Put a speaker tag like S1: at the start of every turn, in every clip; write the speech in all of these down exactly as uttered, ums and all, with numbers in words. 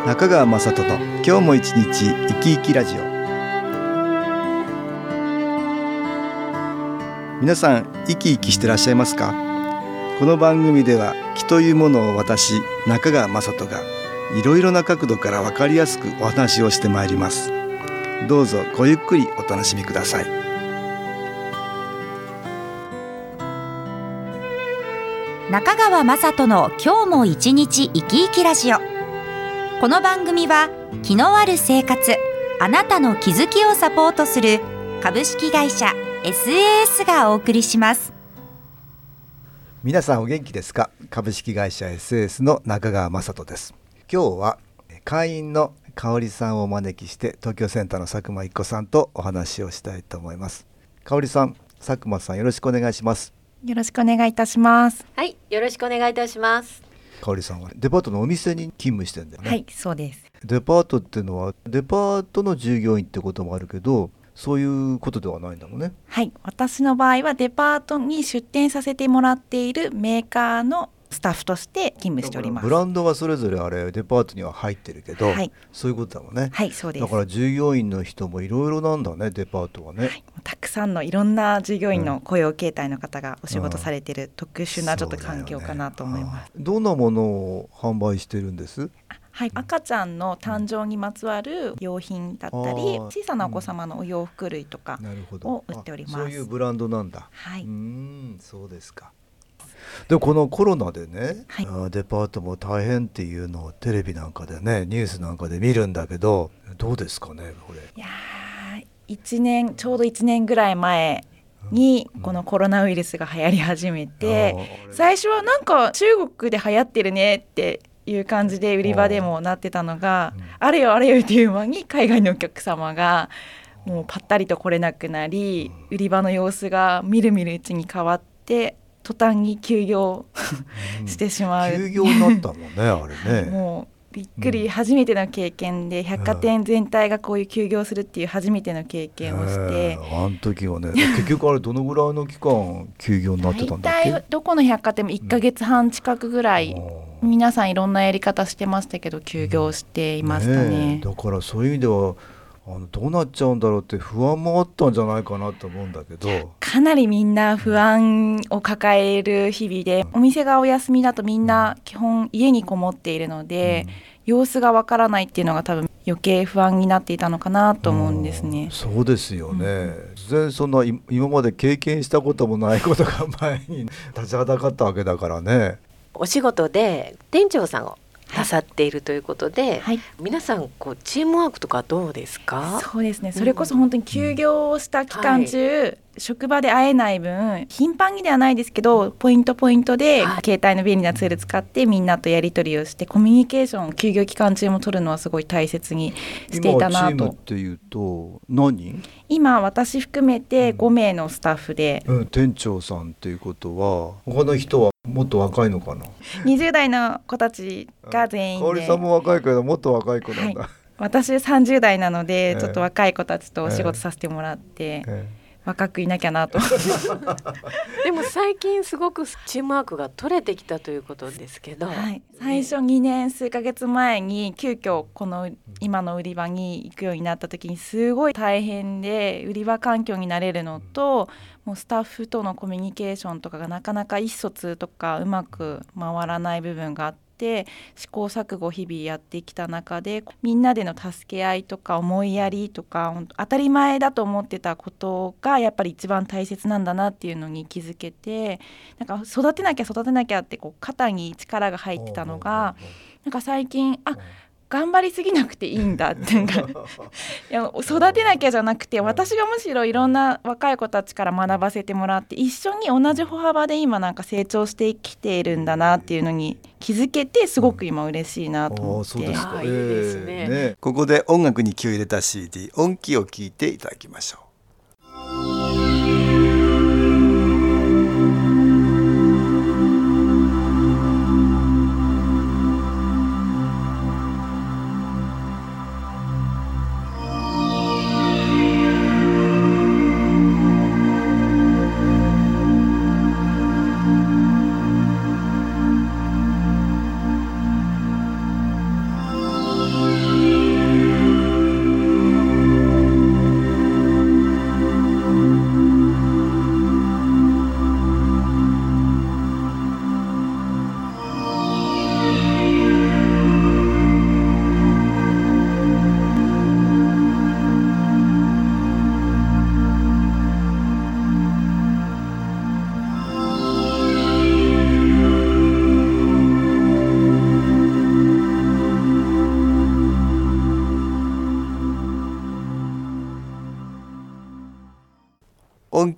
S1: 中川雅人の今日も一日生き生きラジオ。皆さん生き生きしてらっしゃいますか？この番組では気というものを私中川雅人がいろいろな角度から分かりやすくお話をしてまいります。どうぞごゆっくりお楽しみください。
S2: 中川雅人の今日も一日生き生きラジオ。この番組は気のある生活、あなたの気づきをサポートする株式会社 エスエーエス がお送りします。
S1: 皆さんお元気ですか？株式会社 エスエーエス の中川雅人です。今日は会員の香織さんをお招きして東京センターの佐久間一子さんとお話をしたいと思います。香織さん、佐久間さん、よろしくお願いします。
S3: よろしくお願いいたします。
S4: はい、よろしくお願いいたします。
S1: 香織さんはデパートのお店に勤務してるんだよね。
S3: はい、そうです。
S1: デパートっていうのはデパートの従業員ってこともあるけど、そういうことではないんだもんね。
S3: はい、私の場合はデパートに出店させてもらっているメーカーのスタッフとして勤務しております。
S1: ブランドはそれぞれあれデパートには入ってるけど、はい、そういうことだもんね。
S3: はい、そうです。
S1: だから従業員の人もいろいろなんだね、デパートはね。はい、
S3: たくさんのいろんな従業員の雇用形態の方がお仕事されている、うん、特殊なちょっと環境かなと思います。
S1: ね、どんなものを販売してるんです？
S3: はい、赤ちゃんの誕生にまつわる用品だったり、小さなお子様のお洋服類とかを売っております。
S1: そういうブランドなんだ。
S3: はい、
S1: うーん、そうですか。でこのコロナでね、はい、デパートも大変っていうのをテレビなんかでね、ニュースなんかで見るんだけど、どうですかねこれ。
S3: いやいちねんちょうどいちねんぐらい前にこのコロナウイルスが流行り始めて、うん、最初はなんか中国で流行ってるねっていう感じで売り場でもなってたのが、うん、あれよあれよっていう間に海外のお客様がもうぱったりと来れなくなり、うん、売り場の様子がみるみるうちに変わって途端に休業してしまう、
S1: うん、休業になったもんねあれね。
S3: もうびっくり、うん、初めての経験で百貨店全体がこういう休業するっていう初めての経験をして、
S1: あの時はね結局あれどのぐらいの期間休業になってたんだっけ？
S3: 大体どこの百貨店もいっかげつはん近くぐらい、うん、皆さんいろんなやり方してましたけど休業していました ね,、うん、
S1: ね。だからそういう意味ではあのどうなっちゃうんだろうって不安もあったんじゃないかなと思うんだけど、
S3: かなりみんな不安を抱える日々で、お店がお休みだとみんな基本家にこもっているので、うん、様子がわからないっていうのが多分余計不安になっていたのかなと思うんですね、
S1: うん、そうですよね、うん、全然そんな今まで経験したこともないことが前に立ちはだかったわけだからね。
S4: お仕事で店長さんをなさっているということで、
S3: はい、
S4: 皆さんこうチームワークとかどうですか？
S3: そうですね、それこそ本当に休業をした期間中、うんはい、職場で会えない分頻繁にではないですけどポイントポイントで携帯の便利なツール使ってみんなとやり取りをしてコミュニケーションを休業期間中も取るのはすごい大切にしていたなと。
S1: 今チームっていうと何人？
S3: 今私含めてごめいのスタッフで、
S1: うんうん、店長さんっていうことは他の人はもっと若いのかな？
S3: にじゅう代の子たちが全員で。
S1: 香織さんも若いけどもっと若い子なんだ、はい、
S3: 私さんじゅう代なので、えー、ちょっと若い子たちとお仕事させてもらって、えーえー若くいなきゃなと
S4: でも最近すごくチームワークが取れてきたということですけど、
S3: はい、最初にねん数ヶ月前に急遽この今の売り場に行くようになった時にすごい大変で、売り場環境に慣れるのともうスタッフとのコミュニケーションとかがなかなか意思疎通とかうまく回らない部分があって、試行錯誤日々やってきた中でみんなでの助け合いとか思いやりとか当たり前だと思ってたことがやっぱり一番大切なんだなっていうのに気づけて、なんか育てなきゃ育てなきゃってこう肩に力が入ってたのがなんか最近あ頑張りすぎなくていいんだっていうかいや育てなきゃじゃなくて私がむしろいろんな若い子たちから学ばせてもらって一緒に同じ歩幅で今なんか成長してきているんだなっていうのに気づけてすごく今嬉しいなと思って、
S1: そうですか、
S4: いいですね、
S1: えー、ね。ここで音楽に気を入れた シーディー 音気を聞いていただきましょう。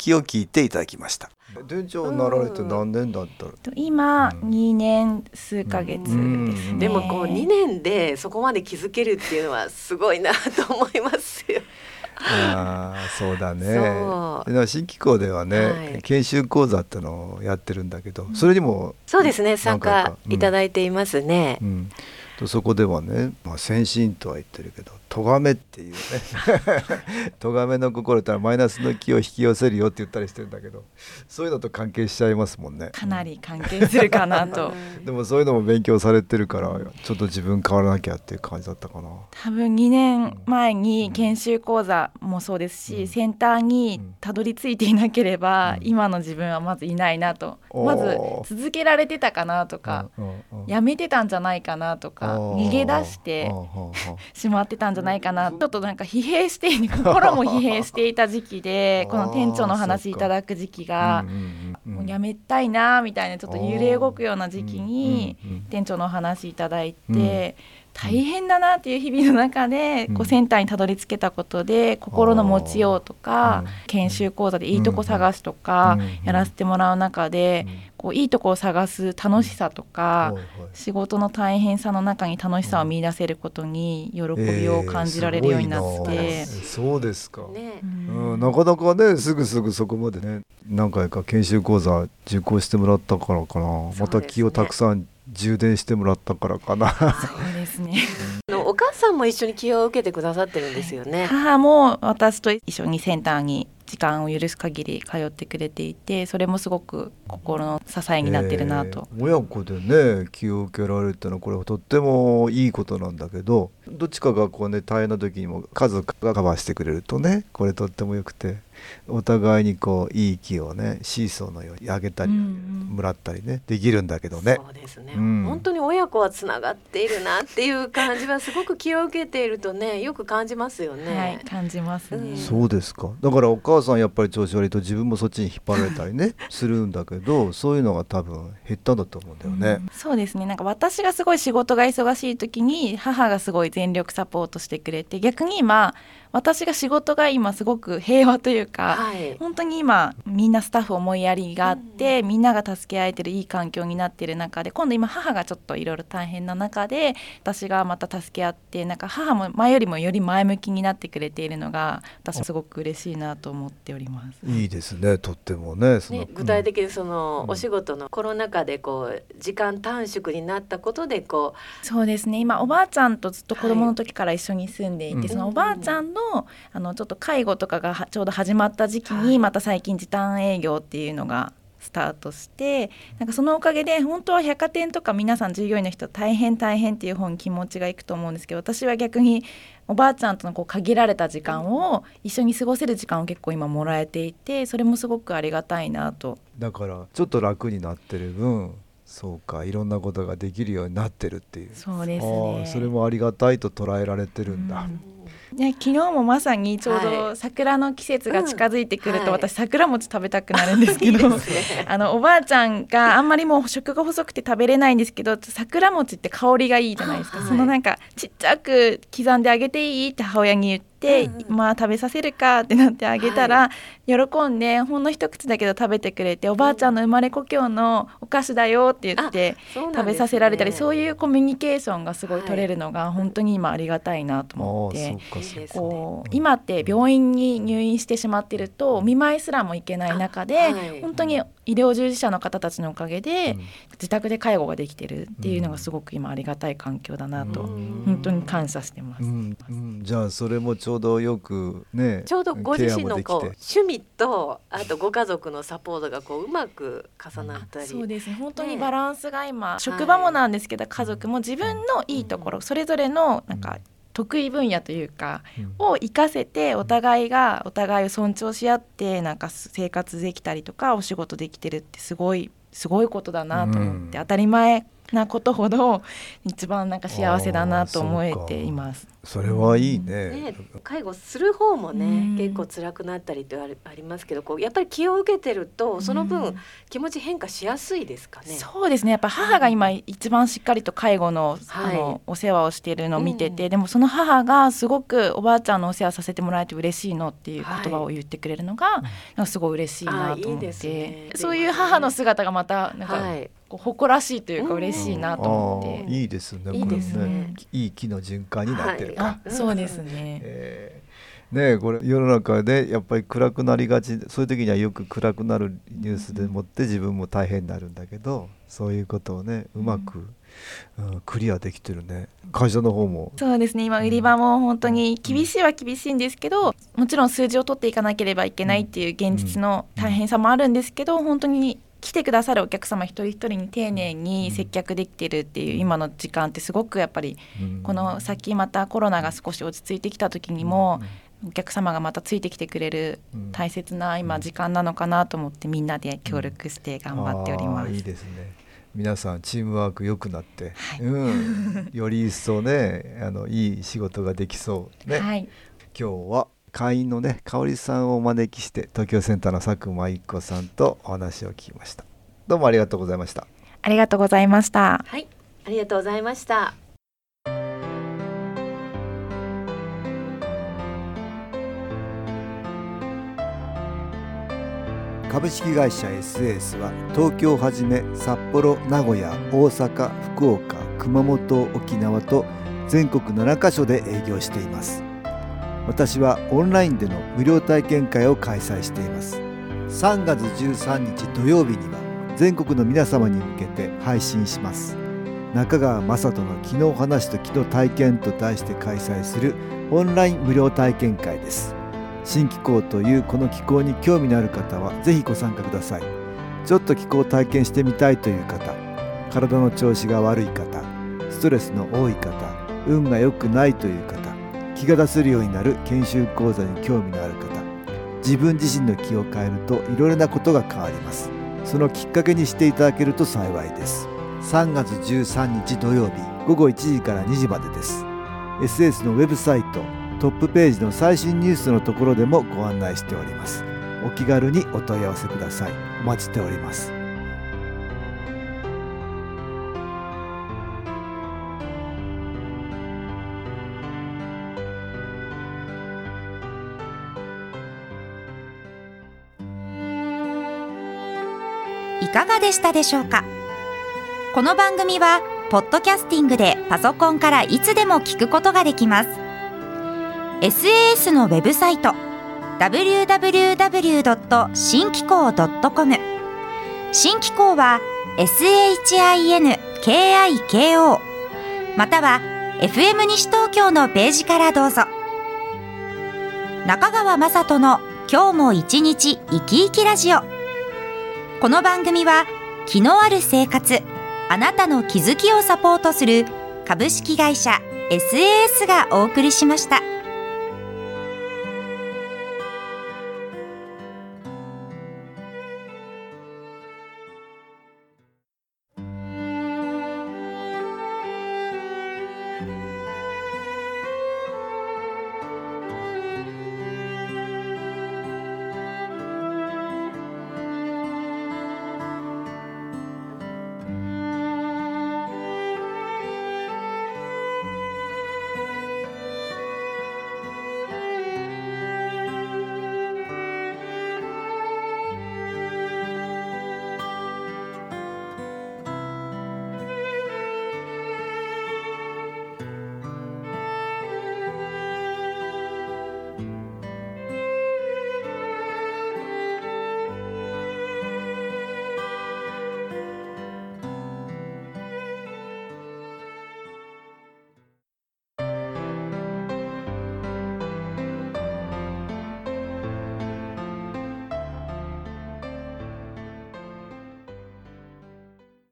S1: きを聞いていただきました。店長になられて何年だったら、
S3: 今、
S1: うん、
S3: にねん数ヶ月ですね、
S1: うん、
S4: でもこうにねんでそこまで気づけるっていうのはすごいなと思いますよ。
S1: ああそうだね。
S4: そう
S1: で新機構ではね、
S4: はい、
S1: 研修講座ってのをやってるんだけど、それにも
S4: そうですね参加いただいていますね、
S1: うんうん、とそこではね、まあ、先進とは言ってるけど咎めっていうね咎めの心ってのはマイナスの気を引き寄せるよって言ったりしてるんだけど、そういうのと関係しちゃいますもんね。
S3: かなり関係するかなと
S1: でもそういうのも勉強されてるからちょっと自分変わらなきゃっていう感じだったかな。
S3: 多分にねんまえに研修講座もそうですし、うん、センターにたどり着いていなければ、うん、今の自分はまずいないなと、まず続けられてたかなとか、やめてたんじゃないかなとか、逃げ出してしまってたんじゃないかな、ちょっとなんか疲弊して心も疲弊していた時期でこの店長の話いただく時期がもうやめたいなみたいなちょっと揺れ動くような時期に店長の話いただいて、大変だなっていう日々の中でこうセンターにたどり着けたことで心の持ちようとか研修講座でいいとこ探しとかやらせてもらう中でこういいとこを探す楽しさとか仕事の大変さの中に楽しさを見出せることに喜びを感じられるようになって、
S1: えー、そうですか、
S4: ね、
S1: うん、なかなかねすぐすぐそこまでね何回か研修講座受講してもらったからかな、また気をたくさん充電してもらったからかな。
S3: そうですね
S4: お母さんも一緒に起用を受けてくださってるんですよね。
S3: 母も私と一緒にセンターに時間を許す限り通ってくれていて、それもすごく心の支えになってるなと、
S1: えー、親子でね気を受けられるってのはこれはとってもいいことなんだけど、どっちかがこうね大変な時にも家族がカバーしてくれるとねこれとってもよくて、お互いにこういい気をねシーソーのように上げたり、うんうん、もらったりねできるんだけどね。
S4: そうですね、
S1: うん、
S4: 本当に親子はつながっているなっていう感じはすごく気を受けているとねよく感じますよね。
S3: はい感じますね、
S1: うん、そうですか。だからお母さんやっぱり調子悪いと自分もそっちに引っ張られたりねするんだけど、そういうのが多分減ったんだと思うんだよね、
S3: うん、そうですね。なんか私がすごい仕事が忙しい時に母がすごい全力サポートしてくれて、逆に今私が仕事が今すごく平和というか、はい、本当に今みんなスタッフ思いやりがあって、うん、みんなが助け合えてるいい環境になってる中で、今度今母がちょっといろいろ大変な中で私がまた助け合って、なんか母も前よりもより前向きになってくれているのが私すごく嬉しいなと思っております。
S1: いいですね、とっても ね, その
S4: ね具体的にその、うん、お仕事のコロナ禍でこう時間短縮になったことでこ
S3: うそうですね、今おばあちゃんとずっと子供の時から一緒に住んでいて、はい、そのおばあちゃんのあのちょっと介護とかがちょうど始まった時期にまた最近時短営業っていうのがスタートして、なんかそのおかげで本当は百貨店とか皆さん従業員の人大変大変っていう方に気持ちがいくと思うんですけど、私は逆におばあちゃんとのこう限られた時間を一緒に過ごせる時間を結構今もらえていて、それもすごくありがたいなと。
S1: だからちょっと楽になってる分、そうかいろんなことができるようになってるっていう。
S3: そうですね、
S1: あそれもありがたいと捉えられてるんだ、うん
S3: ね、昨日もまさにちょうど桜の季節が近づいてくると、私桜餅食べたくなるんですけど、いいですね、あのおばあちゃんがあんまりもう食が細くて食べれないんですけど、桜餅って香りがいいじゃないですか、はい、そのなんかちっちゃく刻んであげていいって母親に言って、うん、まあ食べさせるかってなってあげたら、はい、喜んでほんの一口だけど食べてくれて、おばあちゃんの生まれ故郷のお菓子だよって言って食べさせられたり、 そういうコミュニケーションがすごい取れるのが本当に今ありがたいなと思って、はい、こう今って病院に入院してしまってるとお見舞いすらも行けない中で、はい、本当に医療従事者の方たちのおかげで、うん、自宅で介護ができてるっていうのがすごく今ありがたい環境だなと、うん、本当に感謝してます、
S1: うんうん、じゃあそれもちょうどよくね、
S4: ちょうどご自身のこう趣味とあとご家族のサポートがこううまく重なったり、
S3: そうですね、本当にバランスが今、ね、職場もなんですけど、はい、家族も自分のいいところ、それぞれのなんか得意分野というか、うん、を活かせてお互いがお互いを尊重し合ってなんか生活できたりとかお仕事できてるってすごいすごいことだなと思って、うん、当たり前なことほど一番なんか幸せだなと思えています。
S1: それはいいね。
S4: ね、介護する方もね、
S3: うん、
S4: 結構辛くなったりってありますけど、こうやっぱり気を受けてるとその分、うん、気持ち変化しやすいですかね。
S3: そうですね、やっぱ母が今一番しっかりと介護 の,、はい、あのお世話をしているのを見てて、うん、でもその母がすごくおばあちゃんのお世話させてもらえて嬉しいのっていう言葉を言ってくれるのが、はい、なんかすごい嬉しいなと思って、いいですね、そういう母の姿がまたなんか、はい、こう誇らしいというか嬉しいなと思って、
S1: うん、いいですね。
S4: いいですね。
S1: いい気の循環になってるか、
S3: はい、あ、そうですね、
S1: えー、ね、これ世の中でやっぱり暗くなりがち、そういう時にはよく暗くなるニュースでもって自分も大変になるんだけど、そういうことをねうまく、うんうん、クリアできてるね。会社の方も
S3: そうですね、今売り場も本当に厳しいは厳しいんですけど、もちろん数字を取っていかなければいけないっていう現実の大変さもあるんですけど、本当に来てくださるお客様一人一人に丁寧に接客できてるっていう今の時間ってすごくやっぱりこの先またコロナが少し落ち着いてきた時にもお客様がまたついてきてくれる大切な今時間なのかなと思って、みんなで協力して頑張っております。
S1: あ、いいですね。皆さんチームワーク良くなって、
S3: はい、
S1: うん、より一層ねあのいい仕事ができそうね、
S3: はい、
S1: 今日は会員のね香織さんをお招きして東京センターの佐久間一子さんとお話を聞きました。どうもありがとうございました。
S3: ありがとうございました。
S4: はい、ありがとうございました。
S1: 株式会社 エスエーエス は東京をはじめ札幌、名古屋、大阪、福岡、熊本、沖縄と全国ななカ所で営業しています。私はオンラインでの無料体験会を開催しています。さんがつじゅうさんにち土曜日には全国の皆様に向けて配信します。中川雅人の気の話と気の体験と題して開催するオンライン無料体験会です。新気候というこの気候に興味のある方はぜひご参加ください。ちょっと気候を体験してみたいという方、体の調子が悪い方、ストレスの多い方、運が良くないという方、気が出せるようになる研修講座に興味のある方、自分自身の気を変えるといろいろなことが変わります。そのきっかけにしていただけると幸いです。さんがつじゅうさんにち土曜日ごごいちじからにじまでです。 エスエス のウェブサイトトップページの最新ニュースのところでもご案内しております。お気軽にお問い合わせください。お待ちしております。
S2: いかがでしたでしょうか。この番組はポッドキャスティングでパソコンからいつでも聞くことができます。 エスエーエス のウェブサイト ダブリューダブリューダブリュードットシンキコードットコム、 新気候は エスエイチアイエヌケーアイケーオー または エフエム 西東京のページからどうぞ。中川雅人の今日も一日生き生きラジオ。この番組は気のある生活、あなたの気づきをサポートする株式会社 エスエーエス がお送りしました。